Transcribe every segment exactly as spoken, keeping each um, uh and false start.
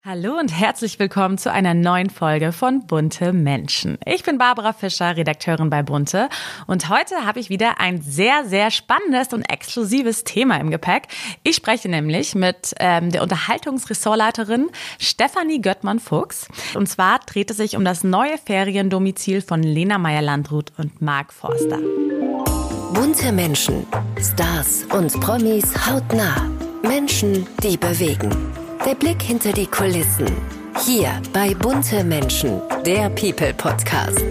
Hallo und herzlich willkommen zu einer neuen Folge von Bunte Menschen. Ich bin Barbara Fischer, Redakteurin bei Bunte, und heute habe ich wieder ein sehr, sehr spannendes und exklusives Thema im Gepäck. Ich spreche nämlich mit ähm, der Unterhaltungsressortleiterin Stefanie Göttmann-Fuchs. Und zwar dreht es sich um das neue Feriendomizil von Lena Meyer-Landrut und Mark Forster. Bunte Menschen, Stars und Promis hautnah. Menschen, die bewegen. Der Blick hinter die Kulissen. Hier bei Bunte Menschen, der People-Podcast.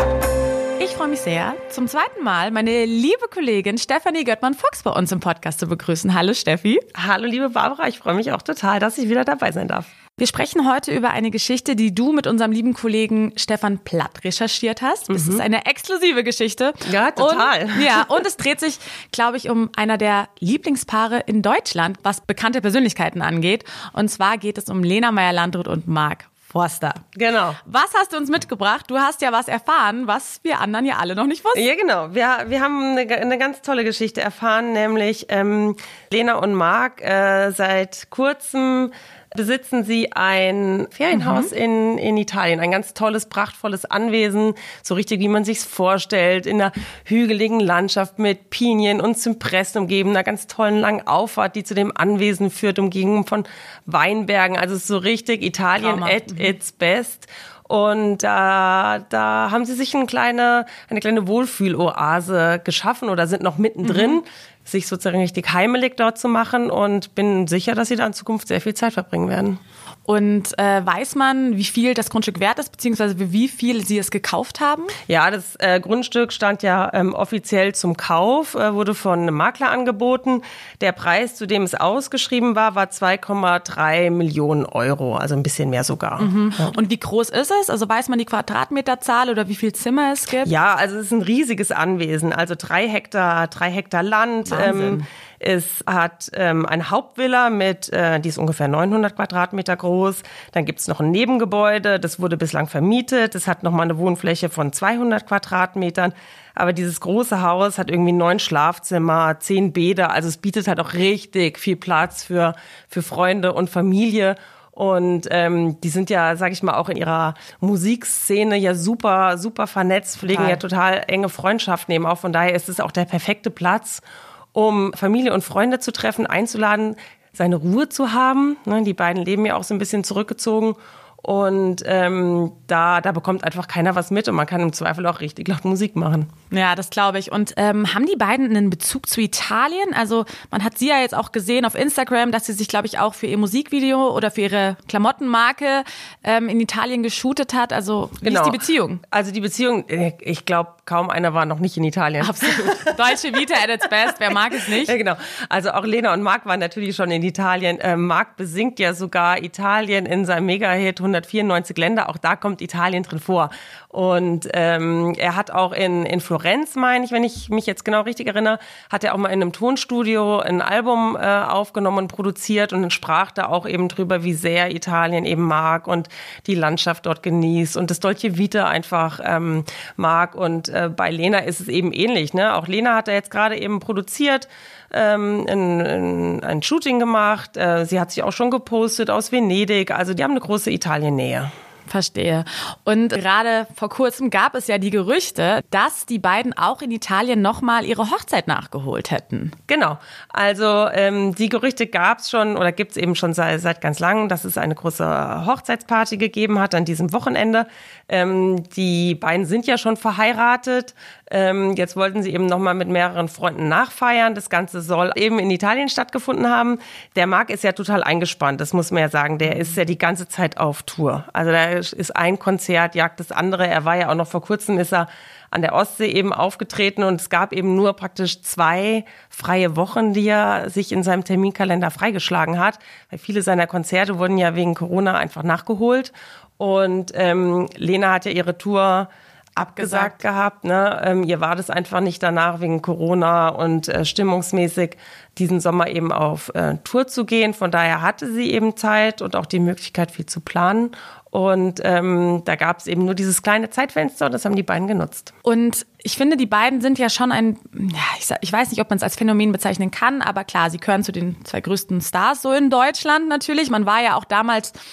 Ich freue mich sehr, zum zweiten Mal meine liebe Kollegin Stefanie Göttmann-Fuchs bei uns im Podcast zu begrüßen. Hallo Steffi. Hallo liebe Barbara, ich freue mich auch total, dass ich wieder dabei sein darf. Wir sprechen heute über eine Geschichte, die du mit unserem lieben Kollegen Stefan Platt recherchiert hast. Es mhm. ist eine exklusive Geschichte. Ja, total. Und, ja, und es dreht sich, glaube ich, um einer der Lieblingspaare in Deutschland, was bekannte Persönlichkeiten angeht. Und zwar geht es um Lena Meyer-Landrut und Mark Forster. Genau. Was hast du uns mitgebracht? Du hast ja was erfahren, was wir anderen ja alle noch nicht wussten. Ja, genau. Wir, wir haben eine, eine ganz tolle Geschichte erfahren, nämlich ähm, Lena und Mark äh, seit kurzem besitzen sie ein Ferienhaus mhm. in, in Italien. Ein ganz tolles, prachtvolles Anwesen, so richtig, wie man sich's vorstellt, in einer hügeligen Landschaft mit Pinien und Zypressen umgeben, einer ganz tollen langen Auffahrt, die zu dem Anwesen führt, umgeben von Weinbergen. Also es ist so richtig Italien Traumhaft. at its best. Und da, da haben sie sich eine kleine, eine kleine Wohlfühloase geschaffen oder sind noch mittendrin, mhm. sich sozusagen richtig heimelig dort zu machen, und bin sicher, dass sie da in Zukunft sehr viel Zeit verbringen werden. Und äh, weiß man, wie viel das Grundstück wert ist, beziehungsweise wie viel sie es gekauft haben? Ja, das äh, Grundstück stand ja ähm, offiziell zum Kauf, äh, wurde von einem Makler angeboten. Der Preis, zu dem es ausgeschrieben war, war zwei Komma drei Millionen Euro, also ein bisschen mehr sogar. Mhm. Ja. Und wie groß ist es? Also weiß man die Quadratmeterzahl oder wie viel Zimmer es gibt? Ja, also es ist ein riesiges Anwesen, also drei Hektar, drei Hektar Land. Wahnsinn. Ähm, Es hat ähm, eine Hauptvilla mit, äh, die ist ungefähr neunhundert Quadratmeter groß. Dann gibt's noch ein Nebengebäude, das wurde bislang vermietet. Es hat nochmal eine Wohnfläche von zweihundert Quadratmetern. Aber dieses große Haus hat irgendwie neun Schlafzimmer, zehn Bäder. Also es bietet halt auch richtig viel Platz für, für Freunde und Familie. Und ähm, die sind ja, sag ich mal, auch in ihrer Musikszene ja super, super vernetzt, pflegen Total. ja total enge Freundschaften eben auch. Von daher ist es auch der perfekte Platz, um Familie und Freunde zu treffen, einzuladen, seine Ruhe zu haben. Die beiden leben ja auch so ein bisschen zurückgezogen. Und ähm, da, da bekommt einfach keiner was mit, und man kann im Zweifel auch richtig laut Musik machen. Ja, das glaube ich. Und ähm, haben die beiden einen Bezug zu Italien? Also man hat sie ja jetzt auch gesehen auf Instagram, dass sie sich, glaube ich, auch für ihr Musikvideo oder für ihre Klamottenmarke ähm, in Italien geshootet hat. Also wie Genau. ist die Beziehung? Also die Beziehung, ich glaube, kaum einer war noch nicht in Italien. Absolut. Deutsche Vita at its best, wer mag es nicht? Ja, genau. Also auch Lena und Mark waren natürlich schon in Italien. Ähm, Mark besingt ja sogar Italien in seinem Mega-Hit hundertvierundneunzig Länder. Auch da kommt Italien drin vor. Und ähm, er hat auch in, in Florenz, meine ich, wenn ich mich jetzt genau richtig erinnere, hat er auch mal in einem Tonstudio ein Album äh, aufgenommen und produziert, und dann sprach da auch eben drüber, wie sehr Italien eben mag und die Landschaft dort genießt und das Dolce Vita einfach ähm, mag. Und äh, bei Lena ist es eben ähnlich, ne? Auch Lena hat da jetzt gerade eben produziert, ähm, ein, ein, ein Shooting gemacht. Äh, sie hat sich auch schon gepostet aus Venedig. Also die haben eine große Italien-Nähe. Verstehe. Und gerade vor kurzem gab es ja die Gerüchte, dass die beiden auch in Italien nochmal ihre Hochzeit nachgeholt hätten. Genau. Also ähm, die Gerüchte gab es schon oder gibt es eben schon seit, seit ganz langem, dass es eine große Hochzeitsparty gegeben hat an diesem Wochenende. Ähm, die beiden sind ja schon verheiratet. Ähm, jetzt wollten sie eben nochmal mit mehreren Freunden nachfeiern. Das Ganze soll eben in Italien stattgefunden haben. Der Marc ist ja total eingespannt, das muss man ja sagen. Der ist ja die ganze Zeit auf Tour. Also da ist ein Konzert, jagt das andere. Er war ja auch noch vor kurzem, ist er an der Ostsee eben aufgetreten, und es gab eben nur praktisch zwei freie Wochen, die er sich in seinem Terminkalender freigeschlagen hat. Weil viele seiner Konzerte wurden ja wegen Corona einfach nachgeholt. Und ähm, Lena hat ja ihre Tour abgesagt gehabt, ne? Ähm, ihr war das einfach nicht danach wegen Corona und äh, stimmungsmäßig diesen Sommer eben auf äh, Tour zu gehen. Von daher hatte sie eben Zeit und auch die Möglichkeit, viel zu planen. Und ähm, da gab es eben nur dieses kleine Zeitfenster, und das haben die beiden genutzt. Und ich finde, die beiden sind ja schon ein, ja, ich, ich weiß nicht, ob man es als Phänomen bezeichnen kann, aber klar, sie gehören zu den zwei größten Stars so in Deutschland natürlich. Man war ja auch damals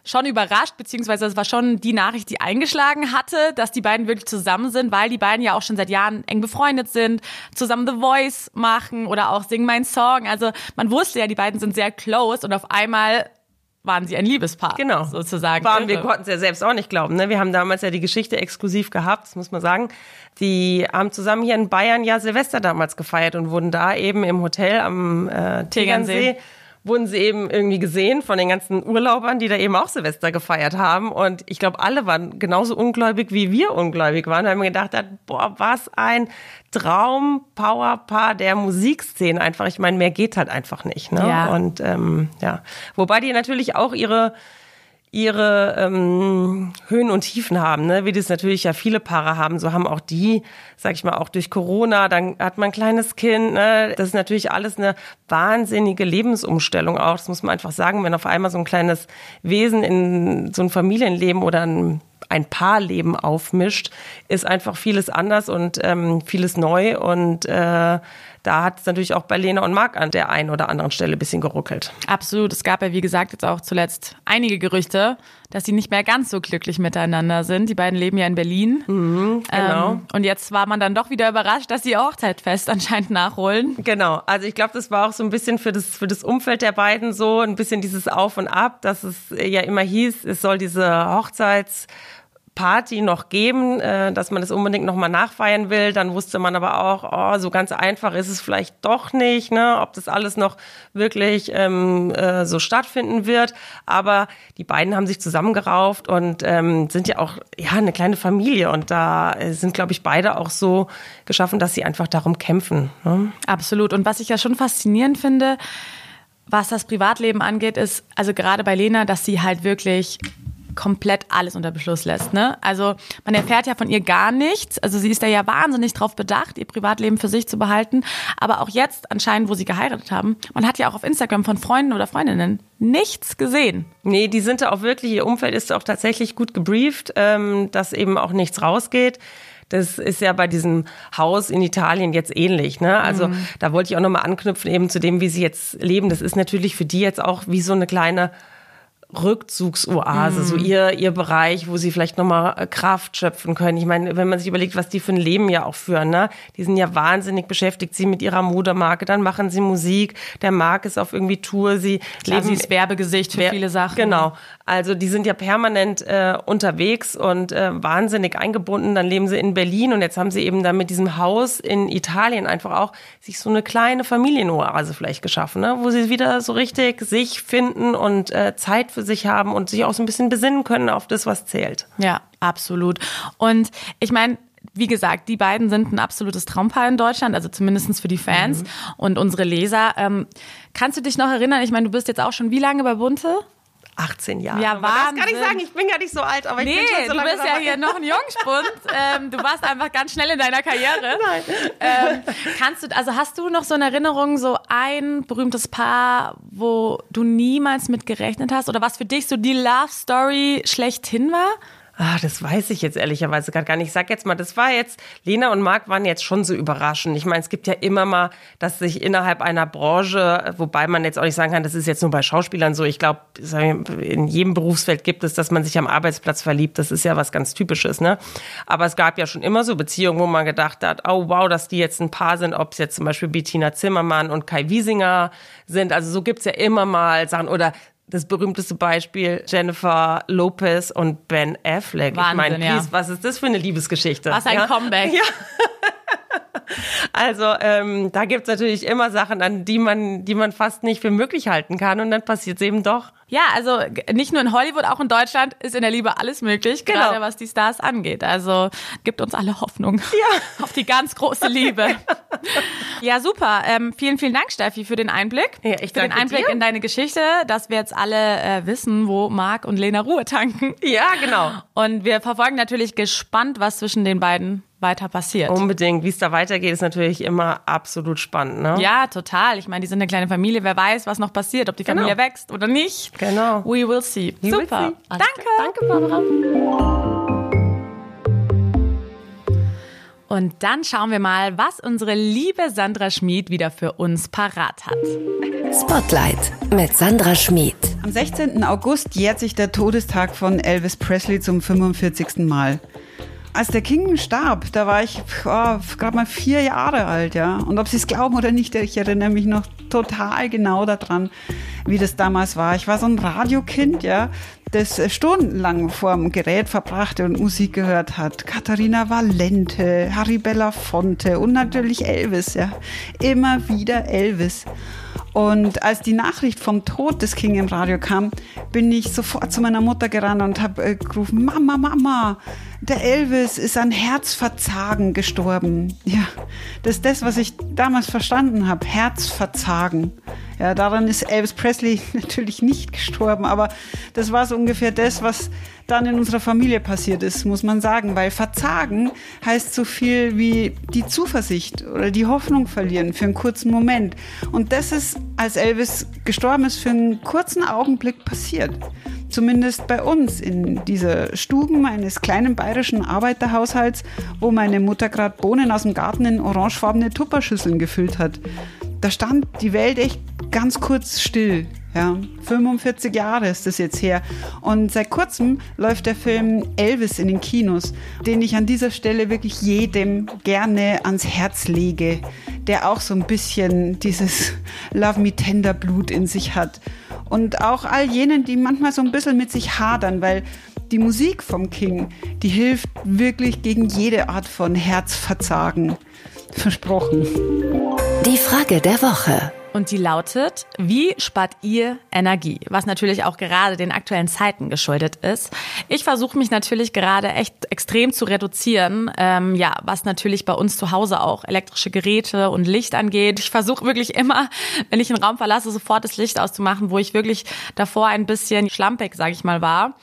schon überrascht, beziehungsweise es war schon die Nachricht, die eingeschlagen hatte, dass die beiden wirklich zusammen sind, weil die beiden ja auch schon seit Jahren eng befreundet sind, zusammen The Voice machen oder auch Sing Mein Song. Also man wusste ja, die beiden sind sehr close und auf einmal waren sie ein Liebespaar. Genau. Sozusagen. Waren, wir konnten es ja selbst auch nicht glauben. Ne? Wir haben damals ja die Geschichte exklusiv gehabt, das muss man sagen. Die haben zusammen hier in Bayern ja Silvester damals gefeiert und wurden da eben im Hotel am äh, Tegernsee, wurden sie eben irgendwie gesehen von den ganzen Urlaubern, die da eben auch Silvester gefeiert haben. Und ich glaube, alle waren genauso ungläubig, wie wir ungläubig waren. Weil man gedacht hat, boah, was ein Traum-Powerpaar der Musikszene einfach. Ich meine, mehr geht halt einfach nicht. Ne? Ja. Und ähm, ja, wobei die natürlich auch ihre ihre ähm, Höhen und Tiefen haben, ne? Wie das natürlich ja viele Paare haben, so haben auch die, sag ich mal, auch durch Corona, dann hat man ein kleines Kind, ne? Das ist natürlich alles eine wahnsinnige Lebensumstellung auch, das muss man einfach sagen, wenn auf einmal so ein kleines Wesen in so ein Familienleben oder ein ein Paarleben aufmischt, ist einfach vieles anders und ähm, vieles neu und äh, da hat es natürlich auch bei Lena und Marc an der einen oder anderen Stelle ein bisschen geruckelt. Absolut. Es gab ja, wie gesagt, jetzt auch zuletzt einige Gerüchte, dass sie nicht mehr ganz so glücklich miteinander sind. Die beiden leben ja in Berlin. Mhm, genau. Ähm, und jetzt war man dann doch wieder überrascht, dass sie ihr Hochzeitfest anscheinend nachholen. Genau. Also ich glaube, das war auch so ein bisschen für das, für das Umfeld der beiden so, ein bisschen dieses Auf und Ab, dass es ja immer hieß, es soll diese Hochzeits- Party noch geben, dass man das unbedingt noch mal nachfeiern will. Dann wusste man aber auch, oh, so ganz einfach ist es vielleicht doch nicht, ne, ob das alles noch wirklich ähm, äh, so stattfinden wird. Aber die beiden haben sich zusammengerauft und ähm, sind ja auch ja eine kleine Familie. Und da sind, glaube ich, beide auch so geschaffen, dass sie einfach darum kämpfen. Ne? Absolut. Und was ich ja schon faszinierend finde, was das Privatleben angeht, ist, also gerade bei Lena, dass sie halt wirklich komplett alles unter Beschluss lässt, ne? Also man erfährt ja von ihr gar nichts. Also sie ist da ja wahnsinnig drauf bedacht, ihr Privatleben für sich zu behalten. Aber auch jetzt anscheinend, wo sie geheiratet haben, man hat ja auch auf Instagram von Freunden oder Freundinnen nichts gesehen. Nee, die sind da auch wirklich, ihr Umfeld ist auch tatsächlich gut gebrieft, ähm, dass eben auch nichts rausgeht. Das ist ja bei diesem Haus in Italien jetzt ähnlich, ne? Also mhm. da wollte ich auch nochmal anknüpfen eben zu dem, wie sie jetzt leben. Das ist natürlich für die jetzt auch wie so eine kleine Rückzugsoase, mm. so ihr ihr Bereich, wo sie vielleicht nochmal Kraft schöpfen können. Ich meine, wenn man sich überlegt, was die für ein Leben ja auch führen, ne? Die sind ja wahnsinnig beschäftigt, sie mit ihrer Modemarke, dann machen sie Musik, der Marc ist auf irgendwie Tour, sie Klar, leben... sie ist Werbegesicht für Wer- viele Sachen. Genau, also die sind ja permanent äh, unterwegs und äh, wahnsinnig eingebunden, dann leben sie in Berlin und jetzt haben sie eben dann mit diesem Haus in Italien einfach auch sich so eine kleine Familienoase vielleicht geschaffen, ne? Wo sie wieder so richtig sich finden und äh, Zeit für sich haben und sich auch so ein bisschen besinnen können auf das, was zählt. Ja, absolut. Und ich meine, wie gesagt, die beiden sind ein absolutes Traumpaar in Deutschland, also zumindest für die Fans mhm. und unsere Leser. Ähm, kannst du dich noch erinnern, ich meine, du bist jetzt auch schon wie lange bei Bunte? achtzehn Jahre. Ja, aber das kann ich sagen, ich bin gar nicht so alt, aber ich nee, bin schon so lange du bist dabei. ja hier noch ein Jungspund. ähm, du warst einfach ganz schnell in deiner Karriere. Nein. Ähm, kannst du, also hast du noch so eine Erinnerung, so ein berühmtes Paar, wo du niemals mit gerechnet hast oder was für dich so die Love Story schlechthin war? Ah, das weiß ich jetzt ehrlicherweise gar nicht. Ich sag jetzt mal, das war jetzt, Lena und Marc waren jetzt schon so überraschend. Ich meine, es gibt ja immer mal, dass sich innerhalb einer Branche, wobei man jetzt auch nicht sagen kann, das ist jetzt nur bei Schauspielern so. Ich glaube, in jedem Berufsfeld gibt es, dass man sich am Arbeitsplatz verliebt. Das ist ja was ganz Typisches, ne? Aber es gab ja schon immer so Beziehungen, wo man gedacht hat, oh wow, dass die jetzt ein Paar sind, ob es jetzt zum Beispiel Bettina Zimmermann und Kai Wiesinger sind. Also so gibt's ja immer mal Sachen oder das berühmteste Beispiel, Jennifer Lopez und Ben Affleck. Wahnsinn, ich meine, ja. was ist das für eine Liebesgeschichte? Was ein ja? Comeback. Ja. Also ähm, da gibt's natürlich immer Sachen, an die man, die man fast nicht für möglich halten kann und dann passiert's eben doch. Ja, also nicht nur in Hollywood, auch in Deutschland ist in der Liebe alles möglich, Genau. gerade was die Stars angeht. Also gibt uns alle Hoffnung Ja. auf die ganz große Liebe. Ja, super. Ähm, vielen, vielen Dank, Steffi, für den Einblick. Ja, ich für den danke Einblick dir. in deine Geschichte, dass wir jetzt alle äh, wissen, wo Marc und Lena Ruhe tanken. Ja, genau. Und wir verfolgen natürlich gespannt, was zwischen den beiden weiter passiert. Unbedingt. Wie es da weitergeht, ist natürlich immer absolut spannend, ne? Ja, total. Ich meine, die sind eine kleine Familie. Wer weiß, was noch passiert, ob die Genau. Familie wächst oder nicht. Genau. We will see. We will Super. see. Danke. Danke, Barbara. Und dann schauen wir mal, was unsere liebe Sandra Schmid wieder für uns parat hat. Spotlight mit Sandra Schmid. Am sechzehnten August jährt sich der Todestag von Elvis Presley zum fünfundvierzigsten Mal. Als der King starb, da war ich oh, gerade mal vier Jahre alt, ja. Und ob Sie es glauben oder nicht, ich erinnere mich noch total genau daran, wie das damals war. Ich war so ein Radiokind, ja, das stundenlang vor dem Gerät verbrachte und Musik gehört hat. Katharina Valente, Harry Belafonte und natürlich Elvis, ja. Immer wieder Elvis. Und als die Nachricht vom Tod des King im Radio kam, bin ich sofort zu meiner Mutter gerannt und habe äh, gerufen, Mama, Mama, der Elvis ist an Herzverzagen gestorben. Ja, das ist das, was ich damals verstanden habe, Herzverzagen. Ja, daran ist Elvis Presley natürlich nicht gestorben, aber das war so ungefähr das, was dann in unserer Familie passiert ist, muss man sagen, weil Verzagen heißt so viel wie die Zuversicht oder die Hoffnung verlieren für einen kurzen Moment. Und das ist, als Elvis gestorben ist, für einen kurzen Augenblick passiert. Zumindest bei uns in dieser Stuben eines kleinen bayerischen Arbeiterhaushalts, wo meine Mutter gerade Bohnen aus dem Garten in orangefarbene Tupperschüsseln gefüllt hat. Da stand die Welt echt ganz kurz still. Ja, fünfundvierzig Jahre ist das jetzt her. Und seit kurzem läuft der Film Elvis in den Kinos, den ich an dieser Stelle wirklich jedem gerne ans Herz lege, der auch so ein bisschen dieses Love Me Tender Blut in sich hat. Und auch all jenen, die manchmal so ein bisschen mit sich hadern, weil die Musik vom King, die hilft wirklich gegen jede Art von Herzverzagen. Versprochen. Die Frage der Woche. Und die lautet, wie spart ihr Energie? Was natürlich auch gerade den aktuellen Zeiten geschuldet ist. Ich versuche mich natürlich gerade echt extrem zu reduzieren, ähm, ja, was natürlich bei uns zu Hause auch elektrische Geräte und Licht angeht. Ich versuche wirklich immer, wenn ich einen Raum verlasse, sofort das Licht auszumachen, wo ich wirklich davor ein bisschen schlampig, sage ich mal, war.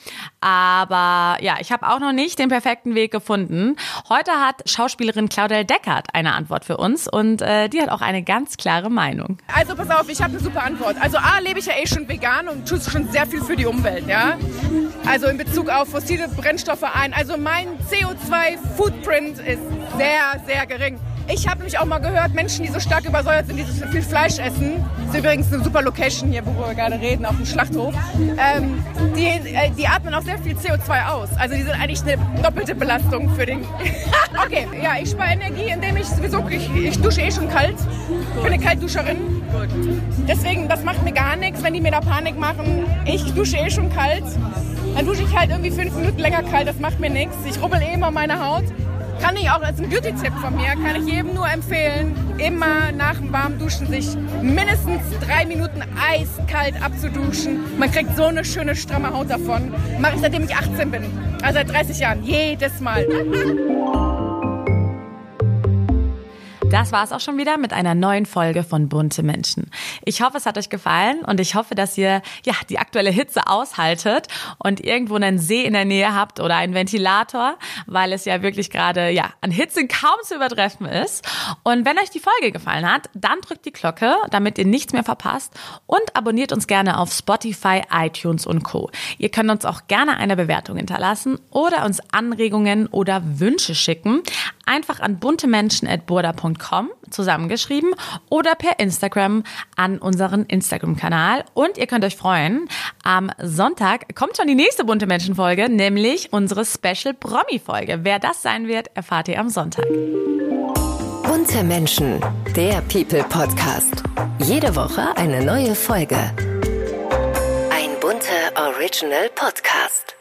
Aber ja, ich habe auch noch nicht den perfekten Weg gefunden. Heute hat Schauspielerin Claudel Deckert eine Antwort für uns und äh, die hat auch eine ganz klare Meinung. Also pass auf, ich habe eine super Antwort. Also A, lebe ich ja eh schon vegan und tue schon sehr viel für die Umwelt, ja. Also in Bezug auf fossile Brennstoffe ein. Also mein C O zwei Footprint ist sehr, sehr gering. Ich habe nämlich auch mal gehört, Menschen, die so stark übersäuert sind, die so viel Fleisch essen, das ist übrigens eine super Location hier, wo wir gerade reden, auf dem Schlachthof, ähm, die, äh, die atmen auch sehr viel C O zwei aus. Also die sind eigentlich eine doppelte Belastung für den... Okay, ja, ich spare Energie, indem ich sowieso, ich, ich dusche eh schon kalt, ich bin eine Kaltduscherin. Deswegen, das macht mir gar nichts, wenn die mir da Panik machen. Ich dusche eh schon kalt, dann dusche ich halt irgendwie fünf Minuten länger kalt, das macht mir nichts. Ich rubbel eh immer meine Haut. Kann ich auch als ein Beauty-Tipp von mir, kann ich jedem nur empfehlen, immer nach dem warmen Duschen sich mindestens drei Minuten eiskalt abzuduschen. Man kriegt so eine schöne, stramme Haut davon. Mache ich seitdem ich achtzehn bin, also seit dreißig Jahren, jedes Mal. Das war es auch schon wieder mit einer neuen Folge von Bunte Menschen. Ich hoffe, es hat euch gefallen und ich hoffe, dass ihr ja die aktuelle Hitze aushaltet und irgendwo einen See in der Nähe habt oder einen Ventilator, weil es ja wirklich gerade ja an Hitze kaum zu übertreffen ist. Und wenn euch die Folge gefallen hat, dann drückt die Glocke, damit ihr nichts mehr verpasst und abonniert uns gerne auf Spotify, iTunes und Co. Ihr könnt uns auch gerne eine Bewertung hinterlassen oder uns Anregungen oder Wünsche schicken. Einfach an buntemenschen at burda punkt com zusammengeschrieben oder per Instagram an unseren Instagram-Kanal. Und ihr könnt euch freuen, am Sonntag kommt schon die nächste Bunte Menschen-Folge, nämlich unsere Special-Promi-Folge. Wer das sein wird, erfahrt ihr am Sonntag. Bunte Menschen, der People-Podcast. Jede Woche eine neue Folge. Ein bunter Original Podcast.